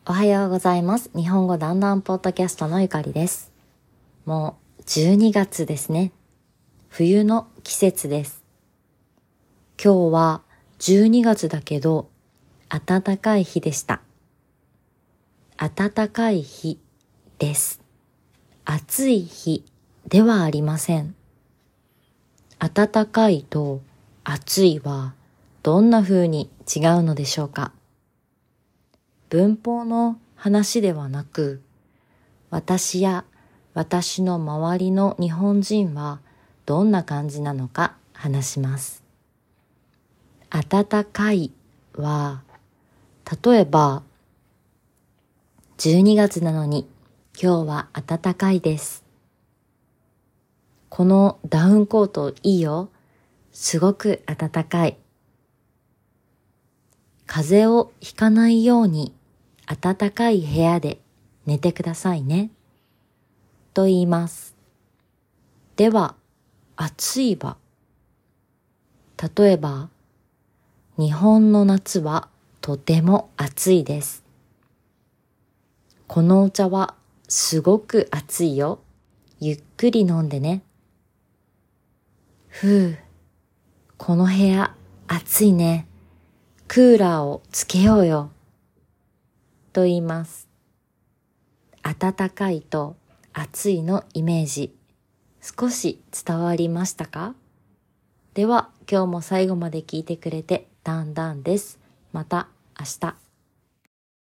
おはようございます。日本語だんだんポッドキャストのゆかりです。もう12月ですね。冬の季節です。今日は12月だけど暖かい日でした。暖かい日です。暑い日ではありません。暖かいと暑いはどんな風に違うのでしょうか。文法の話ではなく、私や私の周りの日本人はどんな感じなのか話します。暖かいは、例えば、12月なのに今日は暖かいです。このダウンコートいいよ。すごく暖かい。風邪をひかないように暖かい部屋で寝てくださいね。と言います。では、暑いは、例えば、日本の夏はとても暑いです。このお茶はすごく暑いよ。ゆっくり飲んでね。この部屋暑いね。クーラーをつけようよ。と言います。暖かいと暑いのイメージ、少し伝わりましたか？では今日も最後まで聞いてくれてだんだんです。また明日。